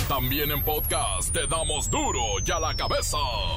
También en podcast te damos duro y a la cabeza.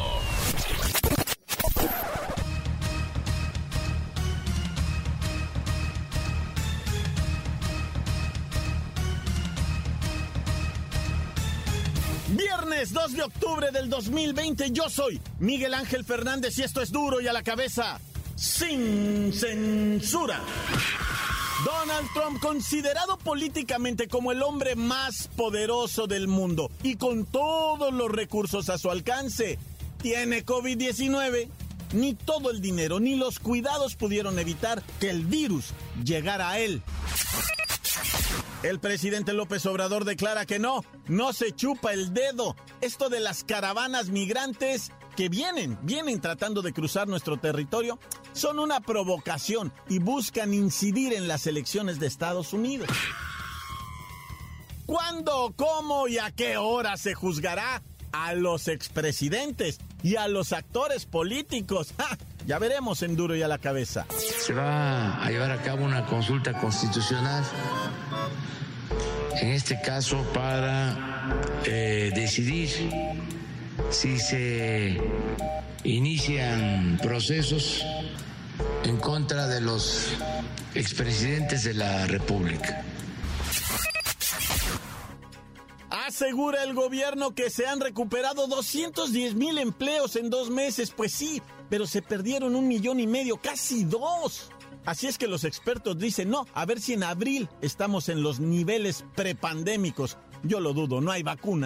Viernes 2 de octubre del 2020, yo soy Miguel Ángel Fernández y esto es Duro y a la Cabeza, sin censura. Donald Trump, considerado políticamente como el hombre más poderoso del mundo y con todos los recursos a su alcance, tiene COVID-19. Ni todo el dinero ni los cuidados pudieron evitar que el virus llegara a él. El presidente López Obrador declara que no se chupa el dedo. Esto de las caravanas migrantes que vienen tratando de cruzar nuestro territorio, son una provocación y buscan incidir en las elecciones de Estados Unidos. ¿Cuándo, cómo y a qué hora se juzgará a los expresidentes y a los actores políticos? ¡Ja! Ya veremos en Duro y a la Cabeza. Se va a llevar a cabo una consulta constitucional, en este caso para decidir si se inician procesos en contra de los expresidentes de la República. Asegura el gobierno que se han recuperado 210,000 empleos en 2 meses. Pues sí, pero se perdieron 1,5 millones, casi 2. Así es que los expertos dicen, no, a ver si en abril estamos en los niveles prepandémicos. Yo lo dudo, no hay vacuna.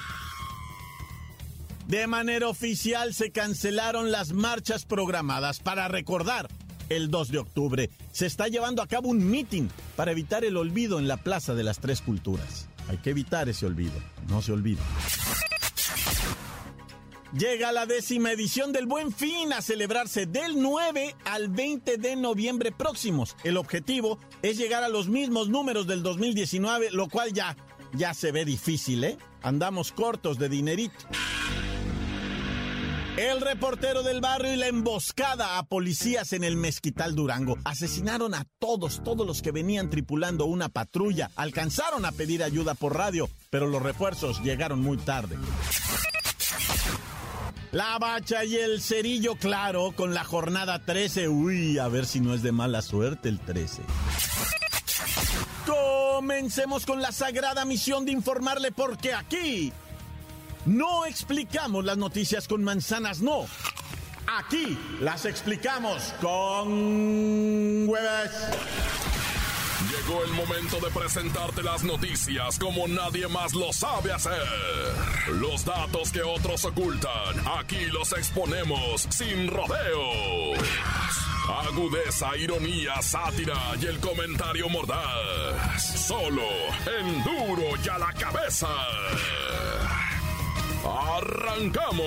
De manera oficial se cancelaron las marchas programadas para recordar el 2 de octubre. Se está llevando a cabo un mitin para evitar el olvido en la Plaza de las Tres Culturas. Hay que evitar ese olvido, no se olvide. Llega la 10ª edición del Buen Fin a celebrarse del 9 al 20 de noviembre próximos. El objetivo es llegar a los mismos números del 2019, lo cual ya se ve difícil, ¿eh? Andamos cortos de dinerito. El reportero del barrio y la emboscada a policías en el Mezquital, Durango. Asesinaron a todos los que venían tripulando una patrulla. Alcanzaron a pedir ayuda por radio, pero los refuerzos llegaron muy tarde. La Bacha y el Cerillo, claro, con la jornada 13. Uy, a ver si no es de mala suerte el 13. Comencemos con la sagrada misión de informarle, porque aquí no explicamos las noticias con manzanas, no. Aquí las explicamos con huevos. Llegó el momento de presentarte las noticias como nadie más lo sabe hacer. Los datos que otros ocultan, aquí los exponemos sin rodeos. Agudeza, ironía, sátira y el comentario mordaz. Solo en Duro y a la Cabeza. ¡Arrancamos!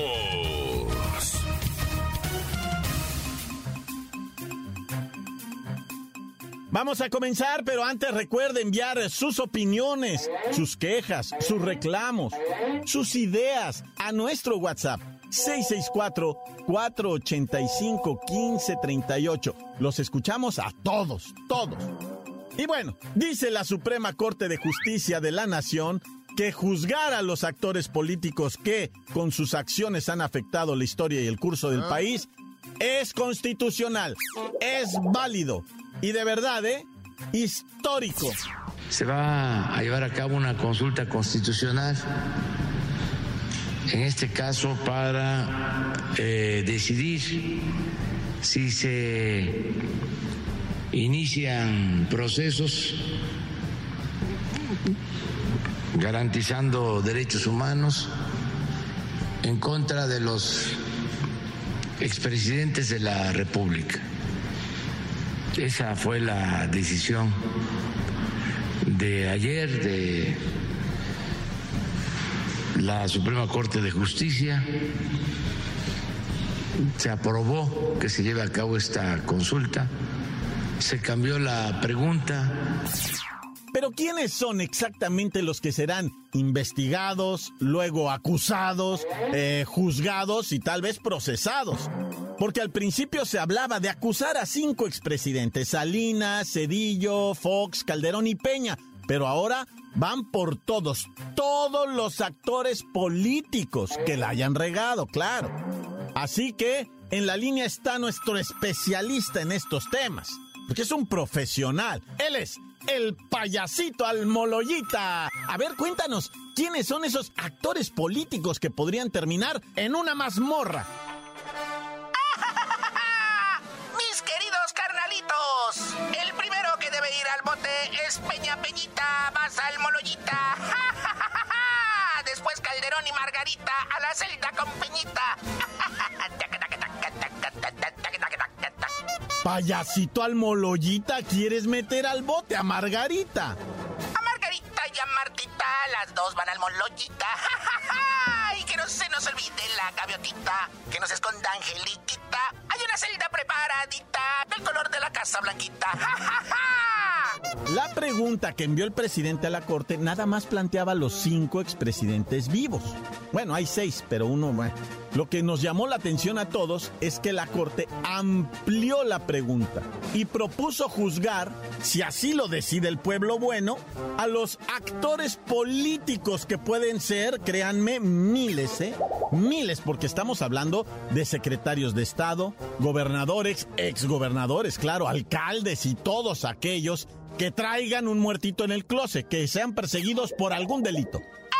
Vamos a comenzar, pero antes recuerde enviar sus opiniones, sus quejas, sus reclamos, sus ideas a nuestro WhatsApp 664-485-1538. Los escuchamos a todos. Y bueno, dice la Suprema Corte de Justicia de la Nación que juzgar a los actores políticos que con sus acciones han afectado la historia y el curso del país es constitucional, es válido y de verdad, histórico. Se va a llevar a cabo una consulta constitucional, en este caso para decidir si se inician procesos garantizando derechos humanos en contra de los expresidentes de la República. Esa fue la decisión de ayer de la Suprema Corte de Justicia. Se aprobó que se lleve a cabo esta consulta. Se cambió la pregunta. Pero ¿quiénes son exactamente los que serán investigados, luego acusados, juzgados y tal vez procesados? Porque al principio se hablaba de acusar a 5 expresidentes: Salinas, Zedillo, Fox, Calderón y Peña. pero ahora van por todos los actores políticos que la hayan regado, claro. Así que en la línea está nuestro especialista en estos temas, porque es un profesional. Él es el payasito Almoloyita. A ver, cuéntanos, ¿quiénes son esos actores políticos que podrían terminar en una mazmorra? Mis queridos carnalitos, el primero que debe ir al bote es Peña Peñita, vas Almoloyita. Después Calderón y Margarita a la celda con Peñita. Payasito Almoloyita, ¿quieres meter al bote a Margarita? A Margarita y a Martita, las dos van al Moloyita. Y que no se nos olvide la gaviotita, que nos esconda Angelitita. Hay una celda preparadita, del color de la Casa Blanquita. La pregunta que envió el presidente a la Corte nada más planteaba a los 5 expresidentes vivos. Bueno, hay 6, pero uno... Bueno. Lo que nos llamó la atención a todos es que la Corte amplió la pregunta y propuso juzgar, si así lo decide el pueblo bueno, a los actores políticos que pueden ser, créanme, miles, miles, porque estamos hablando de secretarios de Estado, gobernadores, exgobernadores, claro, alcaldes y todos aquellos que traigan un muertito en el closet, que sean perseguidos por algún delito.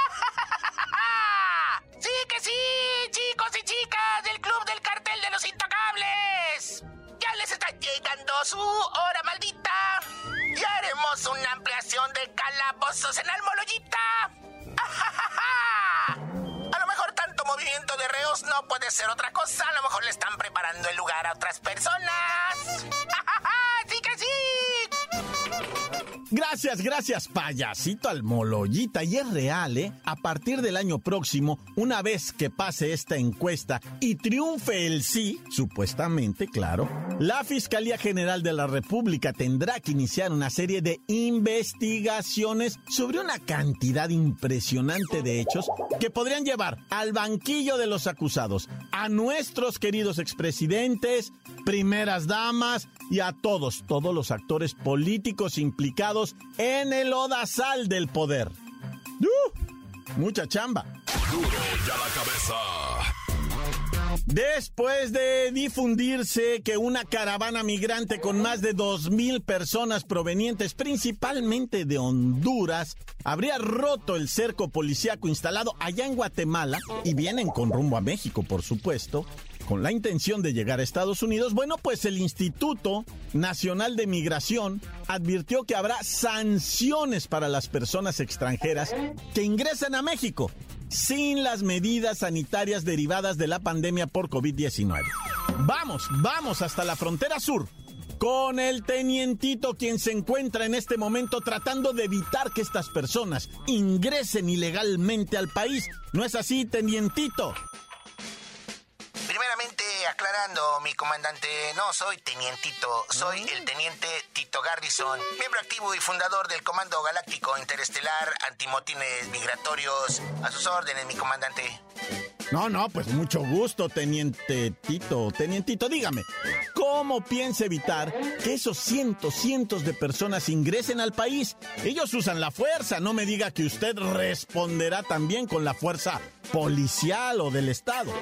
¡Sí que sí, chicos y chicas del Club del Cartel de los Intocables! Ya les está llegando su hora maldita. Y haremos una ampliación de calabozos en Almoloyita. A lo mejor tanto movimiento de reos no puede ser otra cosa. A lo mejor le están preparando el lugar a otras personas. ¡Sí que sí! Gracias, payasito Almoloyita. Y es real, ¿eh? A partir del año próximo, una vez que pase esta encuesta y triunfe el sí, supuestamente, claro, la Fiscalía General de la República tendrá que iniciar una serie de investigaciones sobre una cantidad impresionante de hechos que podrían llevar al banquillo de los acusados a nuestros queridos expresidentes, primeras damas y a todos los actores políticos implicados en el lodazal del poder. Mucha chamba. Duro y a la cabeza. Después de difundirse que una caravana migrante con más de 2,000 personas provenientes principalmente de Honduras habría roto el cerco policíaco instalado allá en Guatemala y vienen con rumbo a México, por supuesto, con la intención de llegar a Estados Unidos, bueno, pues el Instituto Nacional de Migración advirtió que habrá sanciones para las personas extranjeras que ingresan a México sin las medidas sanitarias derivadas de la pandemia por COVID-19. Vamos hasta la frontera sur con el tenientito, quien se encuentra en este momento tratando de evitar que estas personas ingresen ilegalmente al país. ¿No es así, tenientito? Primeramente, aclarando, mi comandante, no soy tenientito, soy el teniente Tito Garrison, miembro activo y fundador del Comando Galáctico Interestelar Antimotines Migratorios. A sus órdenes, mi comandante. No, pues mucho gusto, teniente Tito. Tenientito, dígame, ¿cómo piensa evitar que esos cientos de personas ingresen al país? Ellos usan la fuerza, no me diga que usted responderá también con la fuerza policial o del Estado.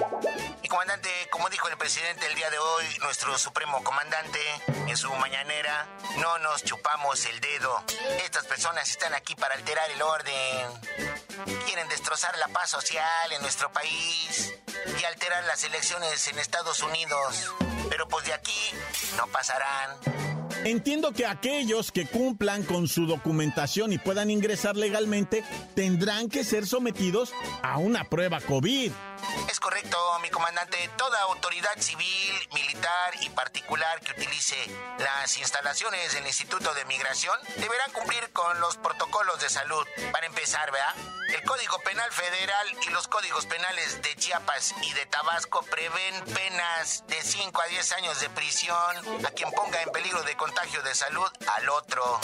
Mi comandante, como dijo el presidente el día de hoy, nuestro supremo comandante, en su mañanera, no nos chupamos el dedo. Estas personas están aquí para alterar el orden. Quieren destrozar la paz social en nuestro país y alterar las elecciones en Estados Unidos. Pero pues de aquí no pasarán. Entiendo que aquellos que cumplan con su documentación y puedan ingresar legalmente tendrán que ser sometidos a una prueba COVID. Es correcto, mi comandante. Toda autoridad civil, militar y particular que utilice las instalaciones del Instituto de Migración deberán cumplir con los protocolos de salud. Para empezar, ¿verdad? El Código Penal Federal y los códigos penales de Chiapas y de Tabasco prevén penas de 5 a 10 años de prisión a quien ponga en peligro de contagio de salud al otro.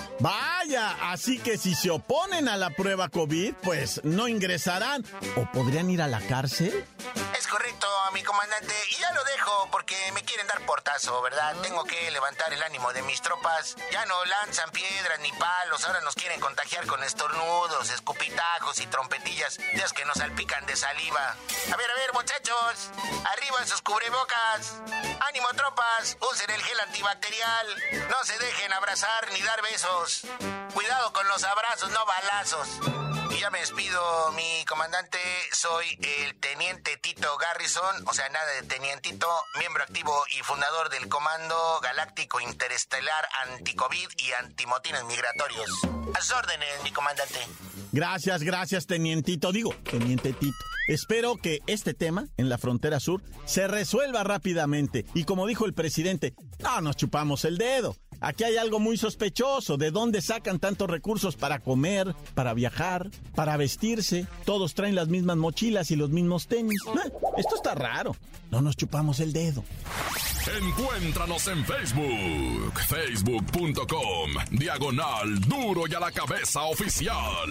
Vaya, así que si se oponen a la prueba COVID, pues no ingresarán o podrían ir a la cárcel. Es correcto, mi comandante, y ya lo dejo porque me quieren dar portazo, ¿verdad? Tengo que levantar el ánimo de mis tropas. Ya no lanzan piedras ni palos, ahora nos quieren contagiar con estornudos, escupitajos y trompetillas, ya es que nos salpican de saliva. A ver, muchachos, arriba sus cubrebocas. Ánimo, tropas, usen el gel antibacterial. No se dejen abrazar ni dar besos. Cuidado con los abrazos, no balazos. Y ya me despido, mi comandante. Soy el teniente Tito Garrison, o sea, nada de tenientito, miembro activo y fundador del Comando Galáctico Interestelar Anticovid y Antimotines Migratorios. A sus órdenes, mi comandante. Gracias, tenientito. Teniente Tito. Espero que este tema en la frontera sur se resuelva rápidamente. Y como dijo el presidente, no nos chupamos el dedo. Aquí hay algo muy sospechoso. ¿De dónde sacan tantos recursos para comer, para viajar, para vestirse? Todos traen las mismas mochilas y los mismos tenis. Esto está raro. No nos chupamos el dedo. Encuéntranos en Facebook. Facebook.com/Duro y a la Cabeza Oficial.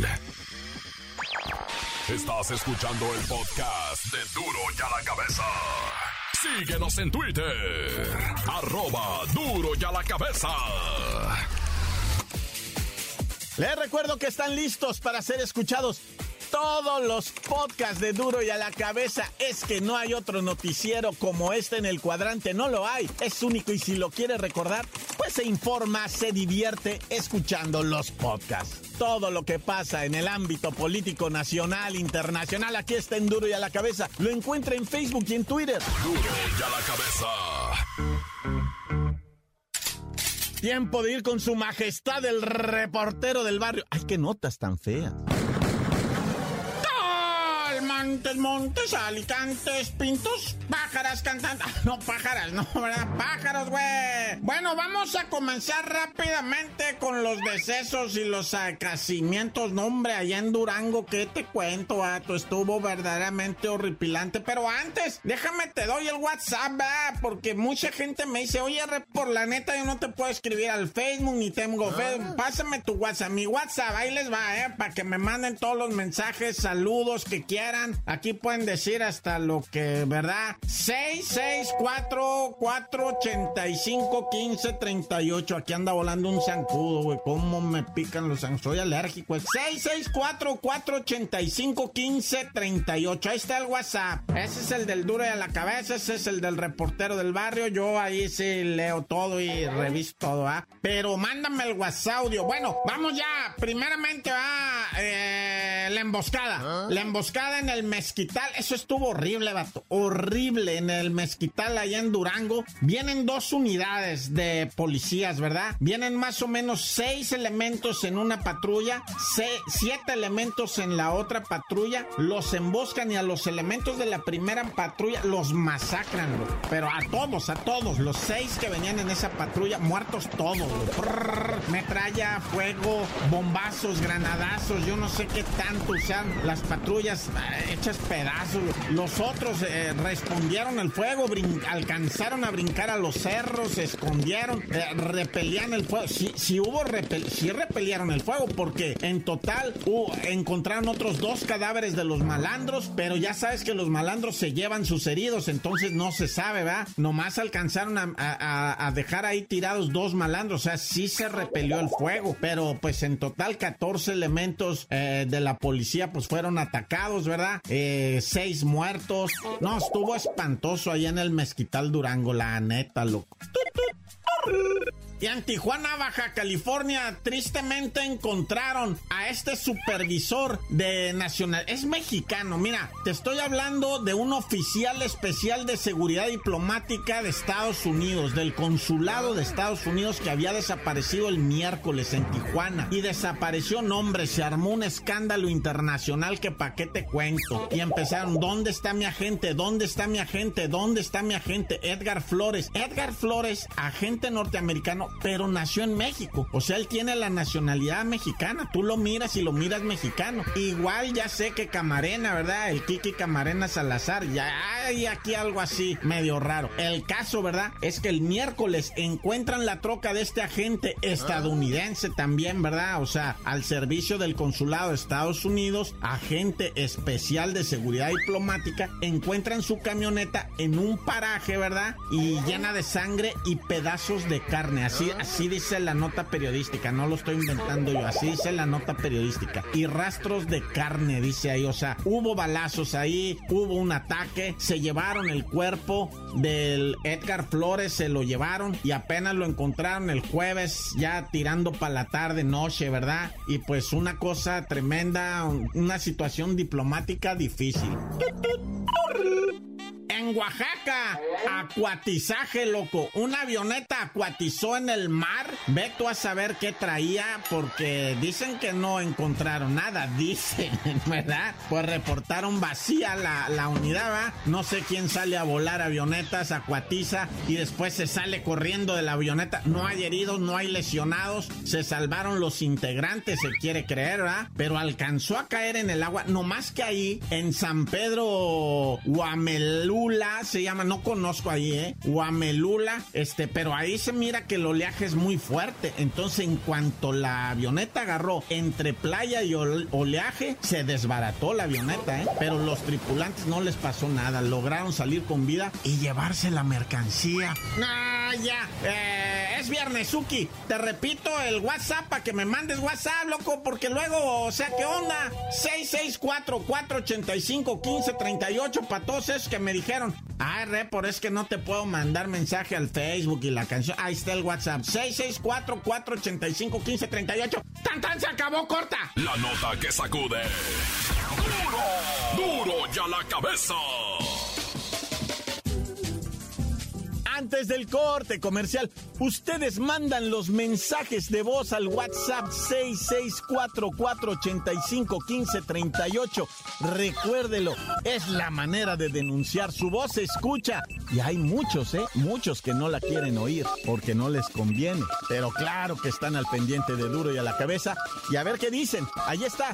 Estás escuchando el podcast de Duro y a la Cabeza. Síguenos en Twitter. @Duro y a la Cabeza. Les recuerdo que están listos para ser escuchados todos los podcasts de Duro y a la Cabeza. Es que no hay otro noticiero como este en el cuadrante, no lo hay. Es único y si lo quiere recordar, pues se informa, se divierte escuchando los podcasts. Todo lo que pasa en el ámbito político nacional, internacional, aquí está en Duro y a la Cabeza. Lo encuentra en Facebook y en Twitter. Duro y a la Cabeza. Tiempo de ir con su majestad el reportero del barrio. ¡Ay, qué notas tan feas! Montes, alicantes, pintos, pájaras cantando. No, pájaras, no, ¿verdad? Pájaros, güey. Bueno, vamos a comenzar rápidamente con los decesos y los acacimientos. No, hombre, allá en Durango, ¿qué te cuento, vato? Estuvo verdaderamente horripilante. Pero antes, déjame te doy el WhatsApp, ¿verdad? Porque mucha gente me dice, oye, por la neta, yo no te puedo escribir al Facebook, ni tengo Facebook. Pásame tu WhatsApp. Mi WhatsApp, ahí les va, para que me manden todos los mensajes, saludos que quieran. Aquí pueden decir hasta lo que, ¿verdad? 664-485-1538. Aquí anda volando un zancudo, güey. ¿Cómo me pican los zancudos? Soy alérgico. 664-485-1538. Ahí está el WhatsApp. Ese es el del Duro y a la Cabeza. Ese es el del reportero del barrio. Yo ahí sí leo todo y reviso todo, ¿ah? Pero mándame el WhatsApp audio. Bueno, vamos ya. Primeramente va la emboscada. La emboscada en el Mezquital. Eso estuvo horrible, vato. Horrible. En el Mezquital, allá en Durango, vienen 2 unidades de policías, ¿verdad? Vienen más o menos 6 elementos en una patrulla, 7 elementos en la otra patrulla. Los emboscan y a los elementos de la primera patrulla los masacran, bro. Pero a todos, los 6 que venían en esa patrulla, muertos todos, bro. Metralla, fuego, bombazos, granadazos, yo no sé qué tanto usan las patrullas hechas pedazos. Los otros respondieron al fuego, alcanzaron a brincar a los cerros, se escondieron, repelían el fuego. Sí repelieron el fuego, porque en total encontraron otros 2 cadáveres de los malandros, pero ya sabes que los malandros se llevan sus heridos, entonces no se sabe, ¿verdad? Nomás alcanzaron a dejar ahí tirados 2 malandros, o sea, sí se repelió el fuego, pero pues en total 14 elementos de la policía pues fueron atacados, ¿verdad? 6 muertos. No, estuvo espantoso allá en el Mezquital Durango, la neta, loco. Y en Tijuana, Baja California, tristemente encontraron a este supervisor de nacional. Es mexicano, mira, te estoy hablando de un oficial especial de seguridad diplomática de Estados Unidos, del consulado de Estados Unidos, que había desaparecido el miércoles en Tijuana. Y desapareció, hombre, se armó un escándalo internacional que pa' qué te cuento. Y empezaron, ¿dónde está mi agente? ¿Dónde está mi agente? ¿Dónde está mi agente? Edgar Flores, agente norteamericano, mexicano, pero nació en México. O sea, él tiene la nacionalidad mexicana. Tú lo miras y lo miras mexicano. Igual ya sé que Camarena, ¿verdad? El Kiki Camarena Salazar, ya hay aquí algo así medio raro. El caso, ¿verdad? Es que el miércoles encuentran la troca de este agente estadounidense también, ¿verdad? O sea, al servicio del consulado de Estados Unidos, agente especial de seguridad diplomática, encuentran su camioneta en un paraje, ¿verdad? Y llena de sangre y pedazos de carne. Así dice la nota periodística, no lo estoy inventando yo, así dice la nota periodística. Y rastros de carne, dice ahí, o sea, hubo balazos ahí, hubo un ataque, se llevaron el cuerpo del Edgar Flores, se lo llevaron y apenas lo encontraron el jueves, ya tirando para la tarde, noche, ¿verdad? Y pues una cosa tremenda, una situación diplomática difícil. En Oaxaca, acuatizaje, loco. Una avioneta acuatizó en el mar. Ve tú a saber qué traía, porque dicen que no encontraron nada, dicen, ¿verdad? Pues reportaron vacía la unidad, ¿va? No sé quién sale a volar avionetas, acuatiza y después se sale corriendo de la avioneta. No hay heridos, no hay lesionados. Se salvaron los integrantes, se quiere creer, ¿verdad? Pero alcanzó a caer en el agua. No más que ahí, en San Pedro Huamelula, se llama, no conozco ahí, Huamelula, pero ahí se mira que el oleaje es muy fuerte. Entonces, en cuanto la avioneta agarró entre playa y oleaje, se desbarató la avioneta, pero los tripulantes no les pasó nada, lograron salir con vida y llevarse la mercancía. Es viernes, Suki. Te repito el WhatsApp para que me mandes WhatsApp, loco, porque luego, o sea, ¿qué onda? 664-485-1538 para todos esos que me dijeron, por es que no te puedo mandar mensaje al Facebook y la canción. Ahí está el WhatsApp, 664-485-1538. ¡Tan, se acabó, corta! La nota que sacude. ¡Duro ya la cabeza! Antes del corte comercial, ustedes mandan los mensajes de voz al WhatsApp 664-485-1538. Recuérdelo, es la manera de denunciar. Su voz se escucha y hay muchos que no la quieren oír porque no les conviene. Pero claro que están al pendiente de Duro y a la Cabeza. Y a ver qué dicen. Ahí está,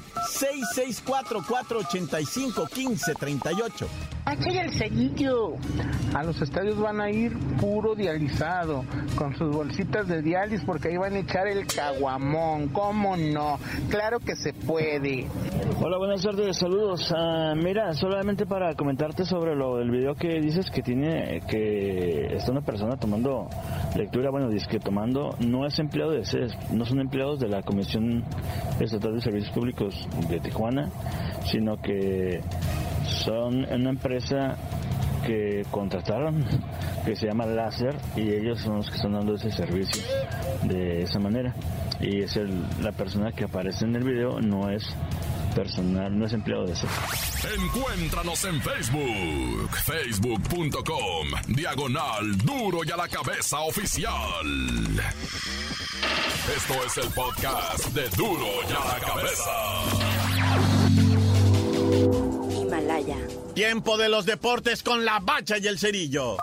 664-485-1538. Aquí el cerillo. A los estadios van a ir puro dializado, con sus bolsitas de diálisis, porque ahí van a echar el caguamón. ¿Cómo no? Claro que se puede. Hola, buenas tardes, saludos. Mira, solamente para comentarte sobre lo del video que dices que está una persona tomando lectura, disque tomando, no es empleado de CES, no son empleados de la Comisión Estatal de Servicios Públicos de Tijuana, sino que son una empresa que contrataron, que se llama Láser, y ellos son los que están dando ese servicio de esa manera. Y es la persona que aparece en el video, no es personal, no es empleado de ese. Encuéntranos en Facebook, facebook.com/Duro y a la Cabeza Oficial. Esto es el podcast de Duro y a la Cabeza. Himalaya. Tiempo de los deportes con la Bacha y el Cerillo.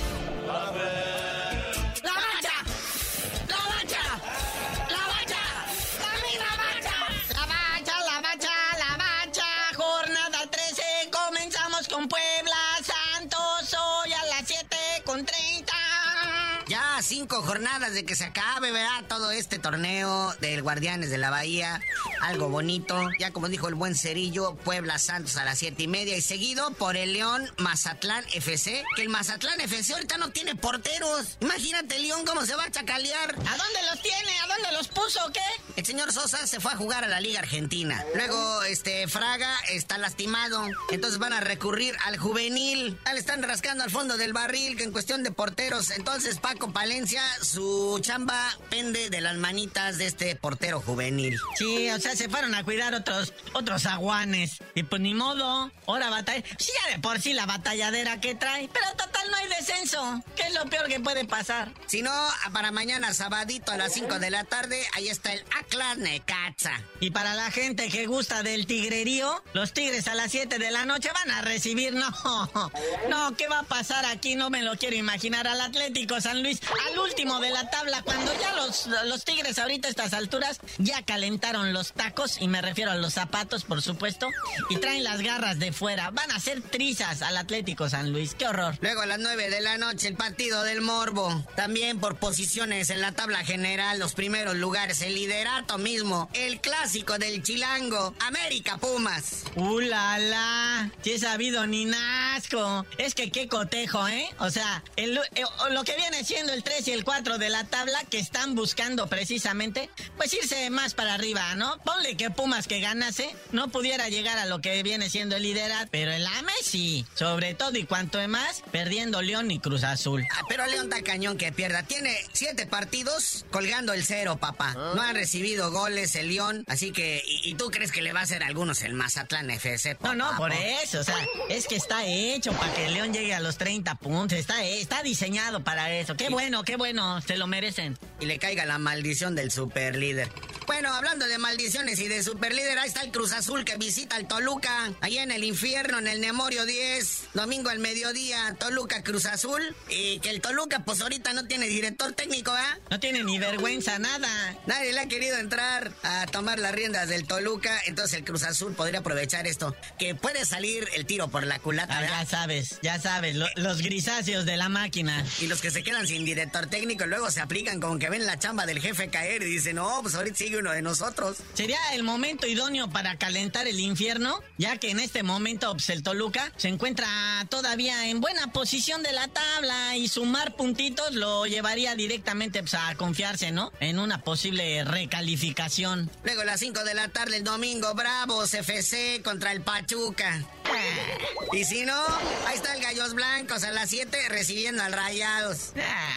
Jornada 13, comenzamos con Puebla, Santos, hoy a las 7:30. Ya 5 jornadas de que se acabe, ¿verdad? Todo este torneo del Guardianes de la Bahía. Algo bonito. Ya como dijo el buen Cerillo, Puebla Santos a las 7:30. Y seguido por el León Mazatlán FC. Que el Mazatlán FC ahorita no tiene porteros. Imagínate, León, cómo se va a chacalear. ¿A dónde los tiene? ¿A dónde los puso o qué? El señor Sosa se fue a jugar a la Liga Argentina. Luego, Fraga está lastimado. Entonces van a recurrir al juvenil. Ya le están rascando al fondo del barril, que en cuestión de porteros. Entonces, Paco Palencia, su chamba pende de las manitas de este portero juvenil. Sí, o sea, sea, se fueron a cuidar otros aguanes. Y pues ni modo, ahora batalla. Sí, ya de por sí la batalladera que trae. Pero total, no hay descenso. ¿Qué es lo peor que puede pasar? Si no, para mañana sabadito a las 5 de la tarde, ahí está el Atlas Necaxa. Y para la gente que gusta del tigrerío, los Tigres a las 7 de la noche van a recibir, no, ¿qué va a pasar aquí? No me lo quiero imaginar, al Atlético San Luis, al último de la tabla, cuando ya los Tigres ahorita a estas alturas ya calentaron los tacos, y me refiero a los zapatos, por supuesto, y traen las garras de fuera, van a hacer trizas al Atlético San Luis, qué horror. Luego a las 9 de la noche, el partido del Morbo, también por posiciones en la tabla general, los primeros lugares, el liderato mismo, el clásico del Chilango, América Pumas. ¡La! Si he sabido ni nazco. Es que qué cotejo, ¿eh? O sea, lo que viene siendo el 3 y el 4 de la tabla, que están buscando precisamente, pues irse más para arriba, ¿no? Ponle que Pumas, que ganase, no pudiera llegar a lo que viene siendo el liderato, pero el AME sí. Sobre todo y cuanto más, perdiendo León y Cruz Azul. Pero León está cañón que pierda. Tiene 7 partidos colgando el 0, papá. No han recibido goles el León, así que... ¿Y tú crees que le va a hacer algunos el Mazatlán FC, papá? No, por eso, o sea, es que está hecho para que el León llegue a los 30 puntos, está diseñado para eso. Qué bueno, se lo merecen. Y le caiga la maldición del superlíder. Bueno, hablando de maldiciones y de superlíder, ahí está el Cruz Azul que visita al Toluca, allá en el infierno, en el Nemorio 10, domingo al mediodía, Toluca Cruz Azul, y que el Toluca pues ahorita no tiene director técnico, ¿ah? No tiene ni vergüenza, nada. Nadie le ha querido entrar a tomar las riendas del Toluca, entonces el Cruz Azul podría aprovechar esto, que puede salir el tiro por la culata, ¿verdad? Ya sabes, los grisáceos de la máquina. Y los que se quedan sin director técnico luego se aplican como que ven la chamba del jefe caer y dicen, no, pues ahorita sigue uno de nosotros. Sería el momento idóneo para calentar el infierno, ya que en este momento pues, el Toluca se encuentra todavía en buena posición de la tabla, y sumar puntitos lo llevaría directamente pues, a confiarse, ¿no? En una posible recalificación. Luego a las 5 de la tarde el domingo, Bravos FC contra el Pachuca. Y si no, ahí está el Gallos Blancos a las 7 recibiendo al Rayados.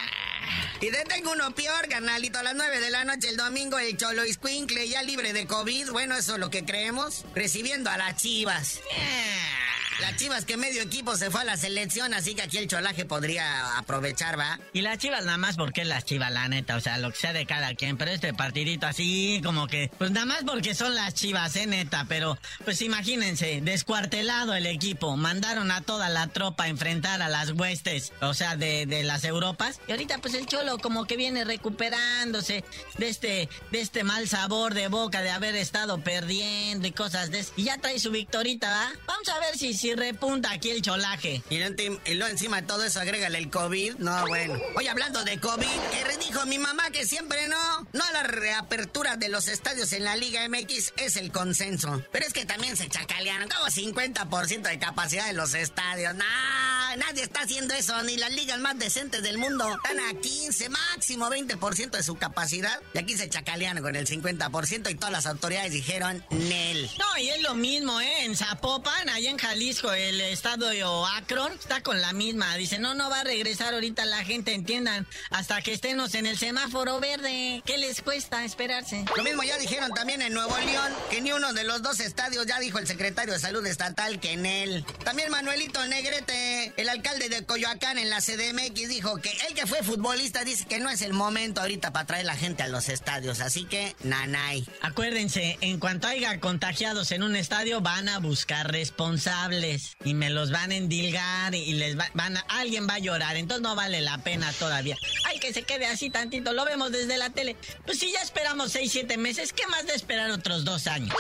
Y tengo uno peor, carnalito, a las 9 de la noche el domingo, el Cholo Iscuincle, ya libre de COVID, bueno, eso es lo que creemos, recibiendo a las Chivas. Las Chivas que medio equipo se fue a la selección, así que aquí el cholaje podría aprovechar, ¿va? Y las Chivas nada más porque es las Chivas, la neta, o sea, lo que sea de cada quien, pero este partidito así como que, pues nada más porque son las Chivas, neta, pero pues imagínense, descuartelado el equipo, mandaron a toda la tropa a enfrentar a las huestes, o sea, de las Europas, y ahorita pues el Cholo como que viene recuperándose de este mal sabor de boca de haber estado perdiendo y cosas de eso, y ya trae su victorita, ¿va? Vamos a ver si repunta aquí el cholaje. Y luego encima de todo eso agrégale el COVID. No, bueno. Oye, hablando de COVID, que dijo mi mamá que siempre no a la reapertura de los estadios en la Liga MX es el consenso. Pero es que también se chacalearon, como 50% de capacidad de los estadios. Nadie está haciendo eso, ni las ligas más decentes del mundo. Están a 15, máximo 20% de su capacidad. Y aquí se chacalearon con el 50% y todas las autoridades dijeron Nel. No, y es lo mismo, en Zapopan, allá en Jalisco, el estadio Akron está con la misma. Dice, no va a regresar ahorita la gente, entiendan, hasta que estemos en el semáforo verde. ¿Qué les cuesta esperarse? Lo mismo ya dijeron también en Nuevo León, que ni uno de los dos estadios, ya dijo el secretario de Salud Estatal, que en él. También Manuelito Negrete, el alcalde de Coyoacán en la CDMX, dijo que él que fue futbolista dice que no es el momento ahorita para traer la gente a los estadios, así que nanay. Acuérdense, en cuanto haya contagiados en un estadio, van a buscar responsables. Y me los van a endilgar y alguien va a llorar, entonces no vale la pena todavía. Ay, que se quede así tantito, lo vemos desde la tele. Pues si ya esperamos 6-7 meses, ¿qué más de esperar otros 2 años?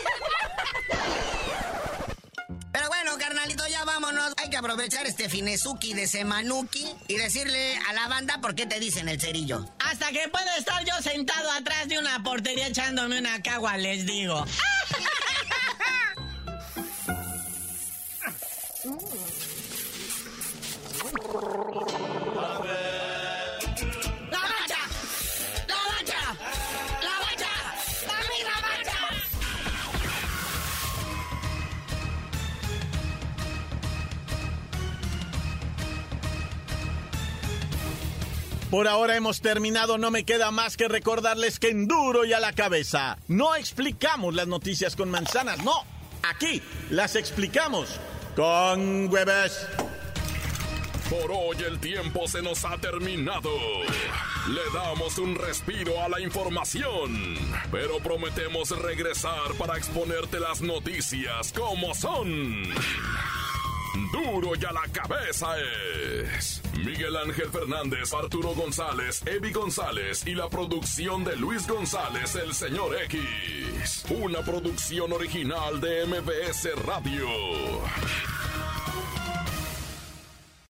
Pero bueno, carnalito, ya vámonos. Hay que aprovechar este finezuki de semanuki y decirle a la banda por qué te dicen el cerillo. Hasta que pueda estar yo sentado atrás de una portería echándome una cagua, les digo. Por ahora hemos terminado, no me queda más que recordarles que en Duro y a la Cabeza no explicamos las noticias con manzanas, no, aquí las explicamos con huevos. Por hoy el tiempo se nos ha terminado. Le damos un respiro a la información, pero prometemos regresar para exponerte las noticias como son. Duro y a la Cabeza es Miguel Ángel Fernández, Arturo González, Evi González y la producción de Luis González, el señor X. Una producción original de MBS Radio.